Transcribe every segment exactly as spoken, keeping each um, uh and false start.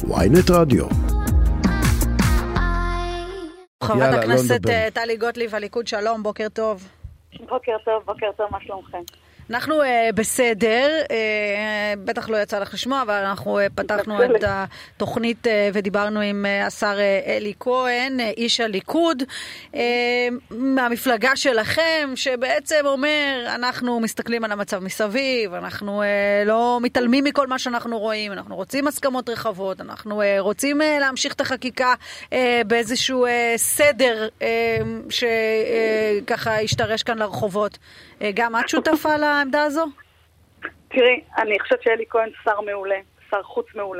וויינט רדיו. חברת הכנסת טלי גוטליב, הליכוד, שלום, בוקר טוב. בוקר טוב, בוקר טוב, מה שלומכם? אנחנו uh, בסדר, uh, בטח לא יצא לך לשמוע, אבל אנחנו uh, פתחנו את התוכנית uh, ודיברנו עם uh, השר uh, אלי כהן, uh, איש הליכוד, uh, מהמפלגה שלכם, שבעצם אומר, אנחנו מסתכלים על המצב מסביב, אנחנו uh, לא מתעלמים מכל מה שאנחנו רואים, אנחנו רוצים הסכמות רחבות, אנחנו uh, רוצים uh, להמשיך את החקיקה uh, באיזשהו uh, סדר uh, שככה uh, ישתרש כאן לרחובות. Uh, גם את שותפה לה? העמדה הזו? תראי, אני חושבת שאלי כהן שר מעולה, שר חוץ מעולה.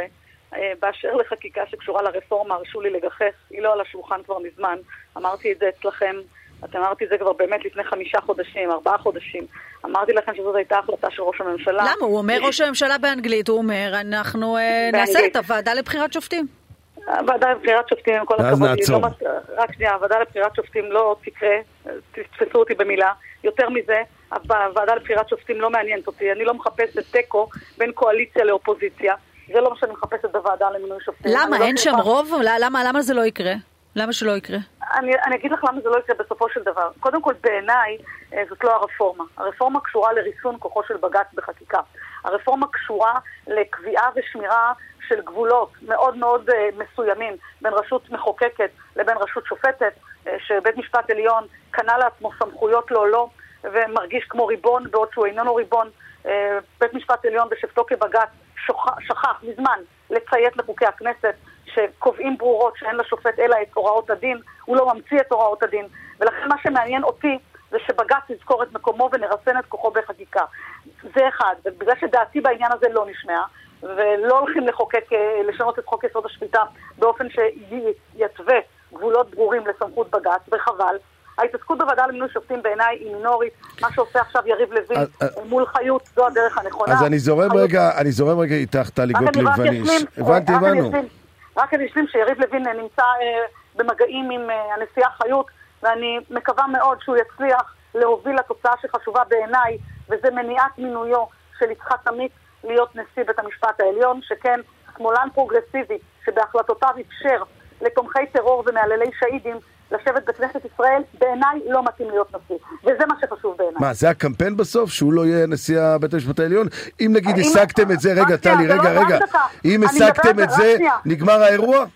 באשר לחקיקה שקשורה לרפורמה, הרשו לי לגחך, היא לא על השולחן כבר מזמן. אמרתי את זה אצלכם, אתם אמרתי את זה כבר באמת לפני חמישה חודשים, ארבעה חודשים. אמרתי לכם שזאת הייתה החלטה של ראש הממשלה. למה? הוא אומר ראש הממשלה באנגלית, הוא אומר, אנחנו נעשה את הוועדה לבחירת שופטים. הוועדה לבחירת שופטים, עם כל הכבוד, רק שנייה, הוועדה לבחירת שופטים לא תקרה, תתפסו אותי במילה. יותר מזה, הוועדה לבחירת שופטים לא מעניינת אותי. אני לא מחפשת טקו בין קואליציה לאופוזיציה. זה לא מה שאני מחפשת בוועדה למינוי שופטים. למה? אין שם רוב? למה, למה זה לא יקרה? למה שלא יקרה? אני, אני אגיד לך למה זה לא יקרה בסופו של דבר. קודם כל, בעיניי, זאת לא הרפורמה. הרפורמה קשורה לריסון כוחו של בג"ץ בחקיקה. הרפורמה קשורה לקביעה ושמירה של גבולות מאוד מאוד מסוימים בין רשות מחוקקת לבין רשות שופטת, שבית משפט עליון קנה לעצמו סמכויות לא לא, ומרגיש כמו ריבון בעוד שהוא איננו ריבון. בית משפט עליון בשבתו כבג"ץ שכח מזמן לציית לחוקי הכנסת שקובעים ברורות שאין לשופט אלא את הוראות הדין, הוא לא ממציא את הוראות הדין, ולכן מה שמעניין אותי זה שבג"ץ יזכור את מקומו ונרסן את כוחו בחקיקה. זה אחד, ובגלל שדעתי בעניין הזה לא נשמעה, ולא הולכים לחוקק, לשנות את חוק יסוד השפיטה באופן שיתווה גבולות ברורים לסמכות בג"ץ, וחבל. ההתעסקות בוועדה למינוי שופטים בעיניי היא מינורית. מה שעושה עכשיו יריב לוין מול חיות, זו הדרך הנכונה. אז אני זורם רגע, אני זורם רגע איתך, טלי גוטליב, ואני הבנתי, הבנו. רק אני אשלים שיריב לוין נמצא במגעים עם הנשיאה חיות, ואני מקווה מאוד שהוא יצליח להוביל לתוצאה שחשובה בעיניי, וזה מניעת מינויו של יצחק עמית להיות נשיא בית המשפט העליון, שכן שמאלן פרוגרסיבי שבהחלטותיו אפשר לתומכי טרור ומעללי שהידים לשבת בכנסת ישראל, בעיניי לא מתאים להיות נשיא. וזה מה שחשוב בעיניי. מה, זה הקמפיין בסוף? שהוא לא יהיה נשיא בית המשפט העליון? אם נגיד השגתם את זה, רגע, טלי, רגע, רגע. אם השגתם את זה, נגמר האירוע?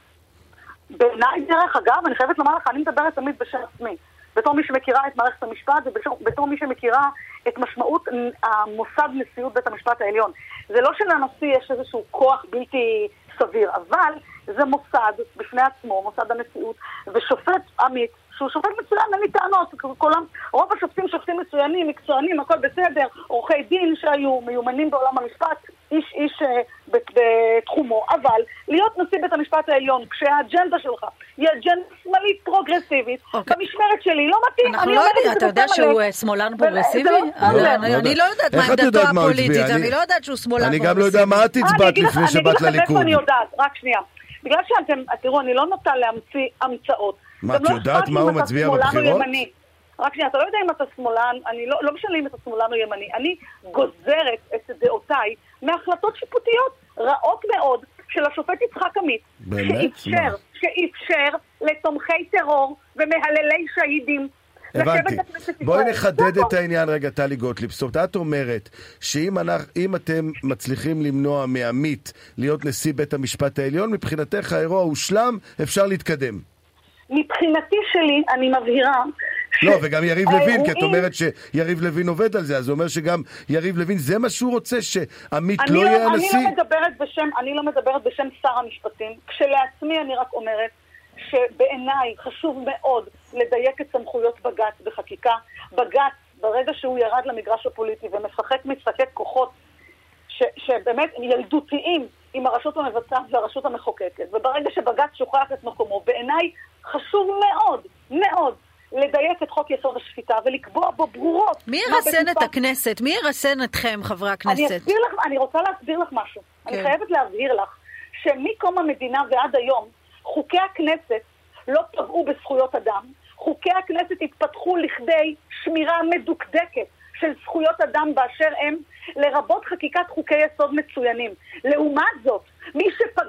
בעיניי, דרך אגב, אני חייבת לומר לך, אני מדברת תמיד בשם עצמי. בתור מי שמכירה את מערכת המשפט, ובתור מי שמכירה את משמעות המוסד נשיאות בית המשפט העליון. זה לא שלנשיא יש איזשהו כוח בלתי סביר, אבל זה מוסד בפני עצמו, מוסד הנשיאות, ושופט עמית, שהוא שופט מצוין, אין לי טענות, כולם, רוב השופטים שופטים מצוינים, מקצוענים, הכל בסדר, עורכי דין שהיו מיומנים בעולם המשפט, איש איש בתחומו, אבל להיות נשיא בית המשפט העליון, כשהאג'נדה שלך היא אג'נדה שמאלית פרוגרסיבית, במשמרת שלי לא מתאים. אנחנו לא יודעים, אתה יודע שהוא שמאלן פרוגרסיבי? אני לא יודעת מה עמדתו הפוליטית, אני לא יודעת שהוא שמאלן פרוגרסיבי. אני גם לא יודע מה את הצבעת לפני שבאת לליכוד. אני יודעת, רק שנייה. בגלל שאתם, תראו, אני לא נוטה להמציא המצאות. מה, את יודעת מה הוא מצביע בבחירות? רק שנייה, אתה לא יודע אם אתה שמאלן, אני לא, לא משנה אם אתה שמאלן או ימני, אני גוזרת את דעותיי מהחלטות שיפוטיות רעות מאוד של השופט יצחק עמית, שאפשר, שאפשר לתומכי טרור ומהללי שהידים. הבנתי. בואי נחדד את העניין רגע, טלי גוטליב. זאת אומרת, את אומרת שאם אתם מצליחים למנוע מעמית להיות נשיא בית המשפט העליון, מבחינתך האירוע הושלם, אפשר להתקדם. מבחינתי שלי, אני מבהירה לא, וגם יריב לוין, כי את אומרת שיריב לוין עובד על זה, אז זה אומר שגם יריב לוין, זה מה שהוא רוצה, שעמית לא יהיה הנשיא? אני לא מדברת בשם, אני לא מדברת בשם שר המשפטים. כשלעצמי אני רק אומרת שבעיניי חשוב מאוד לדייק את סמכויות בג"ץ בחקיקה. בג"ץ, ברגע שהוא ירד למגרש הפוליטי ומשחק משחקי כוחות ש, שבאמת ילדותיים עם הרשות המבצעת והרשות המחוקקת, וברגע שבג"ץ שוכח את מקומו, בעיניי חשוב מאוד, מאוד, לדייק את חוק יסוד השפיטה ולקבוע בו ברורות. מי ירסן את הכנסת? מי ירסן אתכם, חברי הכנסת? אני אסביר לך, אני רוצה להסביר לך משהו. כן. אני חייבת להבהיר לך שמקום המדינה ועד היום, חוקי הכנסת לא פגעו בזכויות אדם. חוקי הכנסת התפתחו לכדי שמירה מדוקדקת של זכויות אדם באשר הם, לרבות חקיקת חוקי יסוד מצוינים. לעומת זאת, מי שפגע בזכויות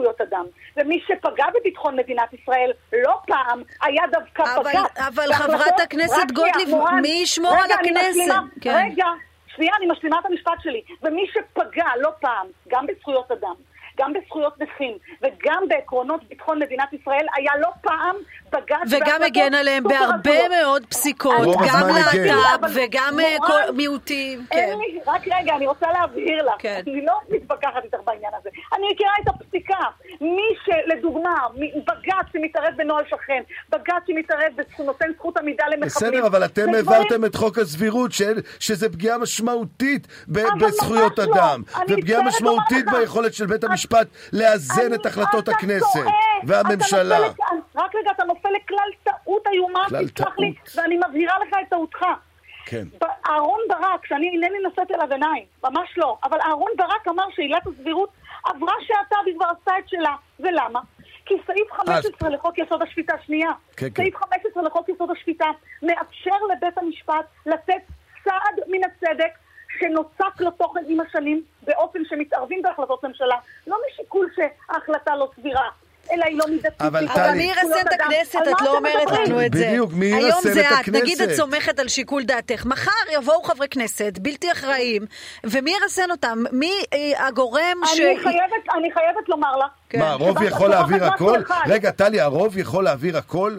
בזכויות אדם. ומי שפגע בביטחון מדינת ישראל לא פעם היה דווקא בג"ץ. אבל חברת הכנסת גוטליב, מי ישמור על הכנסת? רגע, שנייה, אני משלימה את המשפט שלי. ומי שפגע לא פעם, גם בזכויות אדם, גם בזכויות נכים, וגם בעקרונות ביטחון מדינת ישראל, היה לא פעם בג"ץ... וגם הגן עליהם בהרבה מאוד פסיקות, גם להט"ב וגם מיעוטים. אין לי, רק רגע, אני רוצה להבהיר לך. אני לא מתווכחת איתך בעניין הזה. אני מכירה את הפסיקה. מי שלדוגמה, בג"ץ שמתערב בנוהל שכן, בג"ץ שמתערב ונותן זכות עמידה למחבלים. בסדר, אבל אתם העברתם את חוק הסבירות, שזה פגיעה משמעותית בזכויות אדם, ופגיעה משמעותית ביכולת של בית המשפט לאזן את החלטות הכנסת והממשלה. רק רגע, אתה נופל לכלל טעות איומה, תסלח לי, ואני מבהירה לך את טעותך. כן. אהרון ברק, שאני אינני נושאת אליו עיניים, ממש לא, אבל אהרון ברק אמר שעילת הסבירות עברה שעתה וכבר עשה את שלה. ולמה? כי סעיף חמש עשרה לחוק יסוד השפיטה, שנייה, סעיף חמש עשרה לחוק יסוד השפיטה מאפשר לבית המשפט לתת סעד מן הצדק שנוצק לו תוכן עם השנים באופן שמתערבים בהחלטות ממשלה, לא משיקול שההחלטה לא סבירה, אלא היא לא מידתית. אבל מי ירסן את הכנסת? את לא אומרת לנו את זה. בדיוק, מי ירסן את הכנסת? נגיד את סומכת על שיקול דעתך. מחר יבואו חברי כנסת בלתי אחראיים, ומי ירסן אותם? מי הגורם ש... אני חייבת לומר לה. מה, הרוב יכול להעביר הכל? רגע, טלי, הרוב יכול להעביר הכל?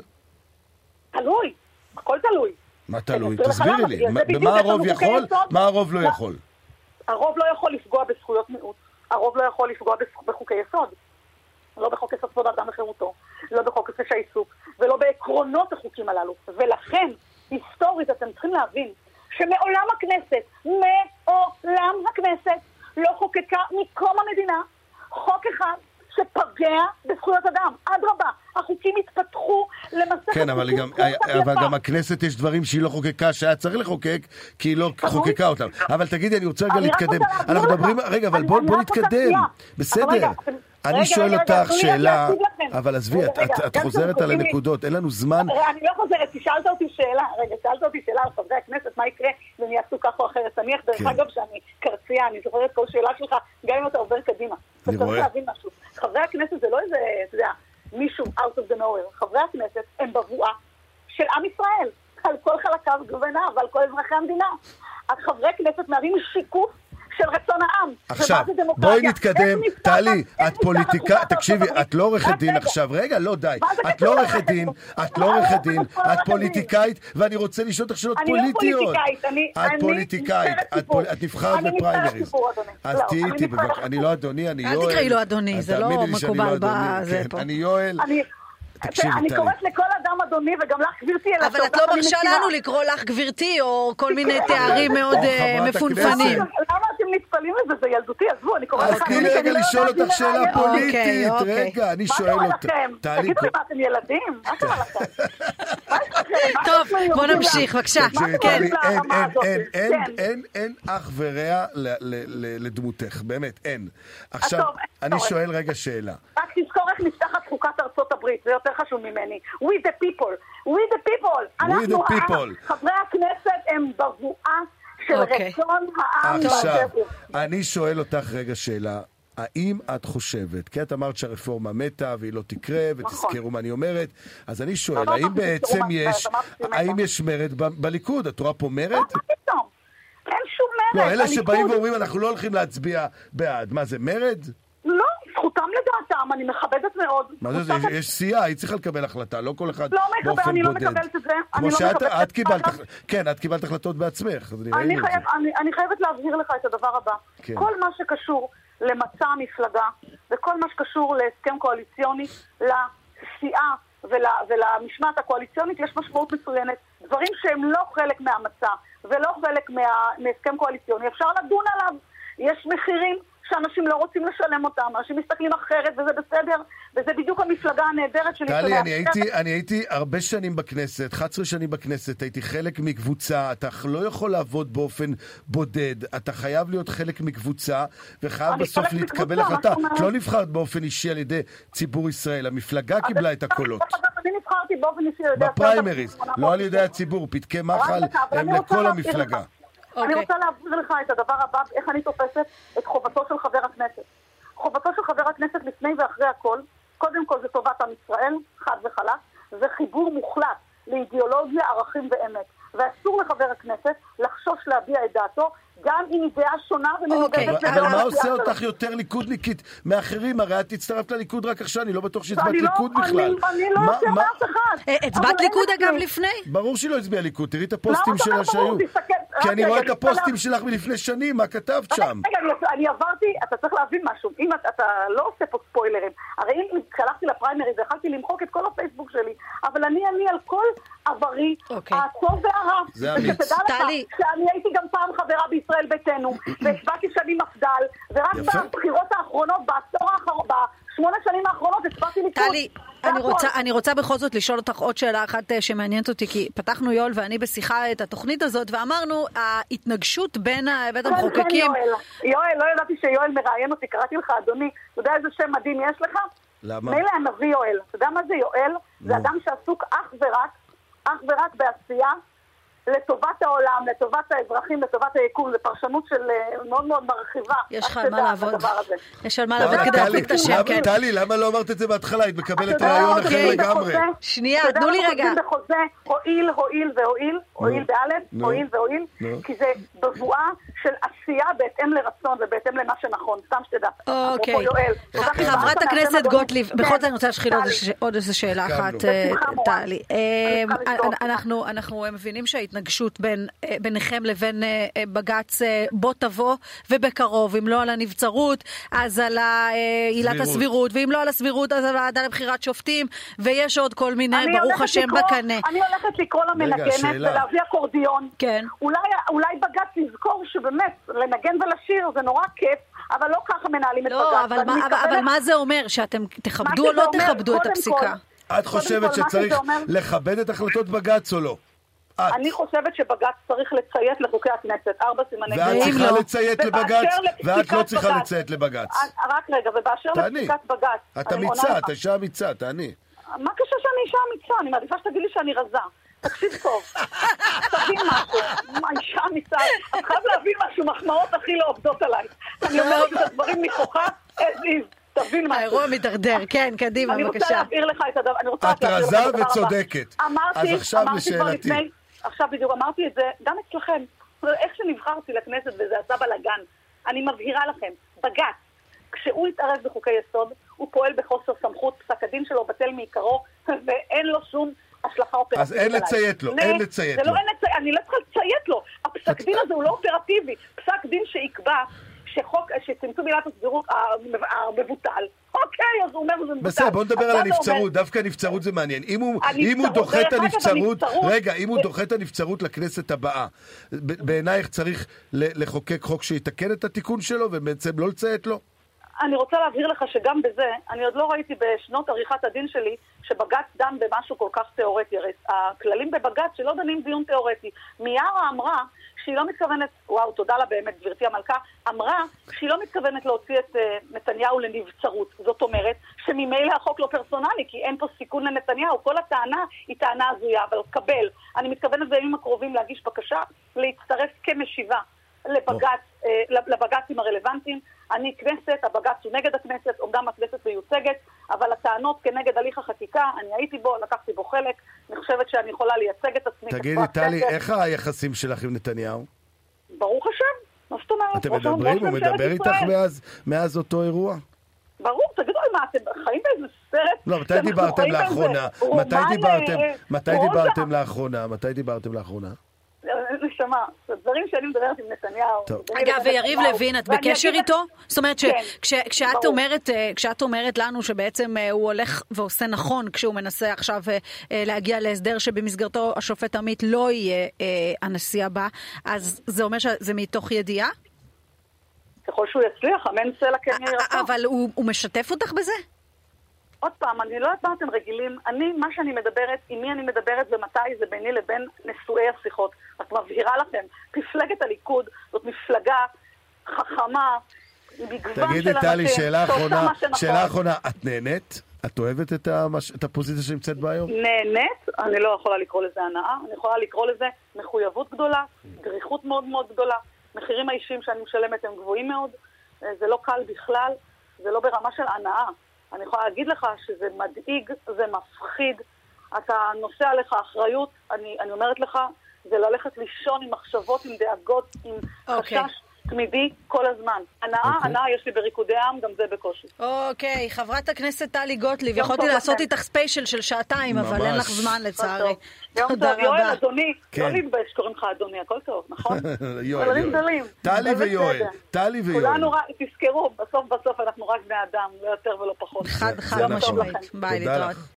תלוי, הכל תלוי. מה תלוי? תסבירי לי. במה הרוב יכול? מה הרוב לא יכול? הרוב לא יכול לפגוע בזכויות מיעוט. הרוב לא יכול לפגוע בחוקי יסוד. לא בחוק יסוד כבוד האדם וחירותו, לא בחוק חופש העיסוק, ולא בעקרונות החוקים הללו. ולכן, היסטורית, אתם צריכים להבין שמעולם הכנסת, מעולם הכנסת, לא חוקקה מקום המדינה חוק אחד שפגע בזכויות אדם. אדרבה, החוקים התפתחו למסכת... כן, אבל גם, אבל גם הכנסת יש דברים שהיא לא חוקקה, שהיה צריך לחוקק, כי היא לא חוקקה אותם. אבל תגידי, אני רוצה רגע להתקדם. אנחנו מדברים... רגע, אבל בוא נתקדם. בסדר. אני שואל אותך שאלה, אבל עזבי, את חוזרת על הנקודות, אין לנו זמן. אני לא חוזרת, שאלת אותי שאלה, רגע, שאלת אותי שאלה על חברי הכנסת, מה יקרה והם יעשו כך או אחרת. אני דרך אגב שאני קרצייה, אני זוכרת כל שאלה שלך, גם אם אתה עובר קדימה. אתה צריך להבין משהו. חברי הכנסת זה לא איזה, אתה יודע, מישהו out of the nowhere. חברי הכנסת הם בבואה של עם ישראל, על כל חלקיו גווניו ועל כל אזרחי המדינה. חברי הכנסת מהווים שיקוף של רצון העם. עכשיו, בואי נתקדם, טלי, את פוליטיקה, תקשיבי, את לא עורכת דין עכשיו, רגע, לא די, את לא עורכת דין, את לא עורכת דין, את פוליטיקאית, ואני רוצה לשאול אותך שאלות פוליטיות. את פוליטיקאית, את נבחרת בפריימריז. אז תהיי איתי בבקשה, אני לא אדוני, אני יואל. אל תקראי לו אדוני, זה לא מקובל בזה פה. אני יואל. אני קוראת לכל אדם אדוני וגם לך גבירתי. אבל את לא מרשה לנו לקרוא לך גבירתי או כל מיני תארים מאוד מפונפנים. למה אתם נתפלים לזה? זה ילדותי, עזבו, אני קוראת לך. אז תני לי רגע לשאול אותך שאלה פוליטית. רגע, אני שואל אותך. מה קורה לכם? תגידו לי, מה אתם ילדים? מה קורה לכם? טוב, בוא נמשיך, בבקשה. אין אח ורע לדמותך, באמת, אין. עכשיו, אני שואל רגע שאלה. רק תזכור איך נפתחת חוקת ארצות הברית, זה יותר חשוב ממני. We the people, we the people. We the people. חברי הכנסת הם בבואה של רצון העם. עכשיו, אני שואל אותך רגע שאלה. האם את חושבת, כי את אמרת שהרפורמה מתה והיא לא תקרה, ותזכרו מה אני אומרת, אז אני שואל, האם בעצם יש, האם יש מרד בליכוד? את רואה פה מרד? אין שום מרד. לא, אלה שבאים ואומרים, אנחנו לא הולכים להצביע בעד. מה זה, מרד? לא, זכותם לדעתם, אני מכבדת מאוד. מה זה, יש סיעה, היא צריכה לקבל החלטה, לא כל אחד באופן בודד. לא מקבל, אני לא מקבלת את זה. כמו שאת קיבלת, כן, את קיבלת החלטות בעצמך. אני חייבת להבהיר לך את הדבר הבא. כל מה שקשור למצע המפלגה, וכל מה שקשור להסכם קואליציוני, לסיעה ולמשמעת הקואליציונית, יש משמעות מצוינת. דברים שהם לא חלק מהמצע, ולא חלק מהסכם קואליציוני, אפשר לדון עליו. יש מחירים שאנשים לא רוצים לשלם אותם, אנשים מסתכלים אחרת, וזה בסדר, וזה בדיוק המפלגה הנהדרת שלי. טלי, אני הייתי, אני הייתי הרבה שנים בכנסת, אחת עשרה שנים בכנסת, הייתי חלק מקבוצה, אתה לא יכול לעבוד באופן בודד, אתה חייב להיות חלק מקבוצה, וחייב בסוף להתקבל החלטה. את לא נבחרת באופן אישי על ידי ציבור ישראל, המפלגה קיבלה את הקולות. אני נבחרתי באופן אישי על ידי בפריימריז, לא על ידי הציבור, פתקי מחל הם לכל המפלגה. אני רוצה להבהיר לך את הדבר הבא, איך אני תופסת את חובתו של חבר הכנסת. חובתו של חבר הכנסת לפני ואחרי הכל, קודם כל זה טובת עם ישראל, חד וחלק, זה חיבור מוחלט לאידיאולוגיה, ערכים ואמת. ואסור לחבר הכנסת לחשוש להביע את דעתו, גם אם היא דעה שונה ומנוגדת. אבל מה עושה אותך יותר ליכודניקית מאחרים? הרי את הצטרפת לליכוד רק עכשיו, אני לא בטוח שהצבעת ליכוד בכלל. אני לא עושה מאף אחד. הצבעת ליכוד אגב לפני? ברור שהיא לא הצביעה ליכוד, תראי את הפוסטים שלה שהיו. כי אני רואה את הפוסטים שלך מלפני שנים, מה כתבת שם? רגע, אני עברתי, אתה צריך להבין משהו, אם אתה לא עושה פה ספוילרים, הרי אם כשהלכתי לפריימריז, יכלתי למחוק את כל הפייסבוק שלי, אבל אני אני על כל עברי, הטוב והרע. זה אמיץ. ושתדע לך שאני הייתי גם פעם חברה בישראל ביתנו, והצבעתי שנים מפד"ל, ורק בבחירות האחרונות, בעשור האחרון, בשמונה שנים האחרונות, הצבעתי ליכוד. טלי, אני רוצה, אני רוצה בכל זאת לשאול אותך עוד שאלה אחת שמעניינת אותי, כי פתחנו יואל ואני בשיחה את התוכנית הזאת, ואמרנו, ההתנגשות בין בית המחוקקים... יואל, לא ידעתי שיואל מראיין אותי, קראתי לך, אדוני, אתה יודע איזה שם מדהים יש לך? למה? מילא הנביא יואל. אתה יודע מה זה יואל? זה אדם שעסוק אך ורק, אך ורק בעשייה, לטובת העולם, לטובת האזרחים, לטובת היקום, לפרשנות של מאוד מאוד מרחיבה. יש לך על מה לעבוד. יש על מה לעבוד כדי להפיק את השם, כן. טלי, למה לא אמרת את זה בהתחלה? היית מקבלת רעיון אחר לגמרי. שנייה, תנו לי רגע. בחוזה, הועיל, הועיל והועיל, הועיל באלף, הועיל והועיל, כי זה בבואה של עשייה בהתאם לרצון ובהתאם למה שנכון. סתם שתדע. אוקיי. חברת הכנסת גוטליב, בכל זאת אני רוצה להשחיל עוד איזו שאלה אחת, טלי. אנחנו מבינים שההתנגשות ביניכם לבין בג"ץ בוא תבוא ובקרוב, אם לא על הנבצרות אז על עילת הסבירות, ואם לא על הסבירות אז על העדה לבחירת שופטים, ויש עוד כל מיני ברוך השם בקנה. אני הולכת לקרוא למנגנת ולהביא אקורדיון. אולי בג"ץ יזכור שבאמת לנגן ולשיר זה נורא כיף, אבל לא ככה מנהלים את בג"ץ. אבל מה זה אומר? שאתם תכבדו או לא תכבדו את הפסיקה? את חושבת שצריך לכבד את החלטות בג"ץ או לא? אני חושבת שבג"ץ צריך לציית לחוקי הכנסת, ארבע סימני ואת צריכה לציית לבג"ץ, ואת לא צריכה לציית לבג"ץ. רק רגע, ובאשר לפסיקת בג"ץ. את אמיצה, את אישה אמיצה, תעני. מה קשה שאני אישה אמיצה? אני מעדיפה שתגיד לי שאני רזה. תקשיב טוב. תבין משהו. מה, אישה אמיצה? את חייב להבין משהו, מחמאות הכי לא עובדות עליי. אני אומרת את הדברים מכוחה, עזיז. תבין משהו. האירוע מתדרדר, כן, קדימה, בבקשה. אני רוצה להעביר לך את הדבר. את רזה וצודקת. אז עכשיו לשאלתי. עכשיו בדיוק אמרתי את זה, גם אצלכם. איך שנבחרתי לכנסת וזה עשה בלגן, אני מבהירה לכם, בג"ץ, כשהוא יתערב בחוקי יסוד, הוא פועל בחוסר סמכות, פסק הדין שלו בטל מעיקרו, ואין לו שום השלכה אופרטיבית. אז אין לציית לו, אין לציית לו. אני לא צריכה לציית לו. הפסק דין הזה הוא לא אופרטיבי. פסק דין שיקבע שחוק, שצמצום עילת הסבירות המבוטל. אוקיי, אז הוא אומר שזה מבוטל. בסדר, בוא נדבר על הנבצרות, דווקא הנבצרות זה מעניין. אם הוא דוחה את הנבצרות, רגע, אם הוא דוחה את הנבצרות לכנסת הבאה, בעינייך צריך לחוקק חוק שיתקן את התיקון שלו, ובעצם לא לציית לו? אני רוצה להבהיר לך שגם בזה, אני עוד לא ראיתי בשנות עריכת הדין שלי, שבג"ץ דן במשהו כל כך תיאורטי. הכללים בבג"ץ שלא דנים דיון תיאורטי. מיארה אמרה שהיא לא מתכוונת, וואו, תודה לה באמת, גברתי המלכה, אמרה שהיא לא מתכוונת להוציא את uh, נתניהו לנבצרות. זאת אומרת שממילא החוק לא פרסונלי, כי אין פה סיכון לנתניהו. כל הטענה היא טענה הזויה, אבל קבל. אני מתכוונת בימים הקרובים להגיש בקשה, להצטרף כמשיבה לבג"ץ, uh, לבג"צים הרלוונטיים. אני כנסת, הבג"ץ הוא נגד הכנסת, אומנם הכנסת מיוצגת, אבל הטענות כנגד הליך החקיקה, אני הייתי בו, לקחתי בו חלק, אני חושבת שאני יכולה לייצג את עצמי. תגידי, טלי, איך היחסים שלך עם נתניהו? ברוך השם, מה זאת אומרת? אתם מדברים? הוא מדבר איתך מאז אותו אירוע? ברור, תגידו לי מה, אתם חיים באיזה סרט? לא, מתי דיברתם לאחרונה? מתי דיברתם? מתי דיברתם לאחרונה? מתי דיברתם לאחרונה? נשמה, דברים שאני מדברת עם נתניהו. אגב, ויריב לוין, את בקשר איתו? זאת אומרת שכשאת אומרת לנו שבעצם הוא הולך ועושה נכון כשהוא מנסה עכשיו להגיע להסדר שבמסגרתו השופט עמית לא יהיה הנשיא הבא, אז זה אומר שזה מתוך ידיעה? ככל שהוא יצליח, אמן סלע כן יהיה רצון. אבל הוא משתף אותך בזה? עוד פעם, אני לא יודעת מה אתם רגילים. אני, מה שאני מדברת, עם מי אני מדברת ומתי, זה ביני לבין נשואי השיחות. את מבהירה לכם, מפלגת הליכוד זאת מפלגה חכמה, מגוון של אנשים. תגידי, טלי, שאלה אחרונה, שאלה אחרונה, את נהנית? את אוהבת את, המש... את הפוזיציה שנמצאת בה היום? נהנית? אני לא יכולה לקרוא לזה הנאה. אני יכולה לקרוא לזה מחויבות גדולה, דריכות מאוד מאוד גדולה. מחירים האישיים שאני משלמת הם גבוהים מאוד. זה לא קל בכלל. זה לא ברמה של הנאה. אני יכולה להגיד לך שזה מדאיג, זה מפחיד, אתה נושא עליך אחריות, אני, אני אומרת לך, זה ללכת לישון עם מחשבות, עם דאגות, עם אוקיי. חשש תמידי כל הזמן. הנאה, אוקיי. הנאה יש לי בריקודי עם, גם זה בקושי. אוקיי, חברת הכנסת טלי גוטליב, יום יכולתי טוב לעשות לכם. איתך ספיישל של שעתיים, אבל ממש. אין לך זמן לצערי. יום תודה טוב, יואל, רבה. אדוני, כן. לא להתבייש שקוראים לך אדוני, הכל טוב, נכון? יואל, ילדים יואל. גדולים. טלי זה ויואל, בסדר. טלי ויואל. כולנו רק, תזכרו, בסוף בסוף אנחנו רק בני אדם, לא יותר ולא פחות. חד זה חד נכון. משמעית. לכם. ביי, תודה להתראות. לך.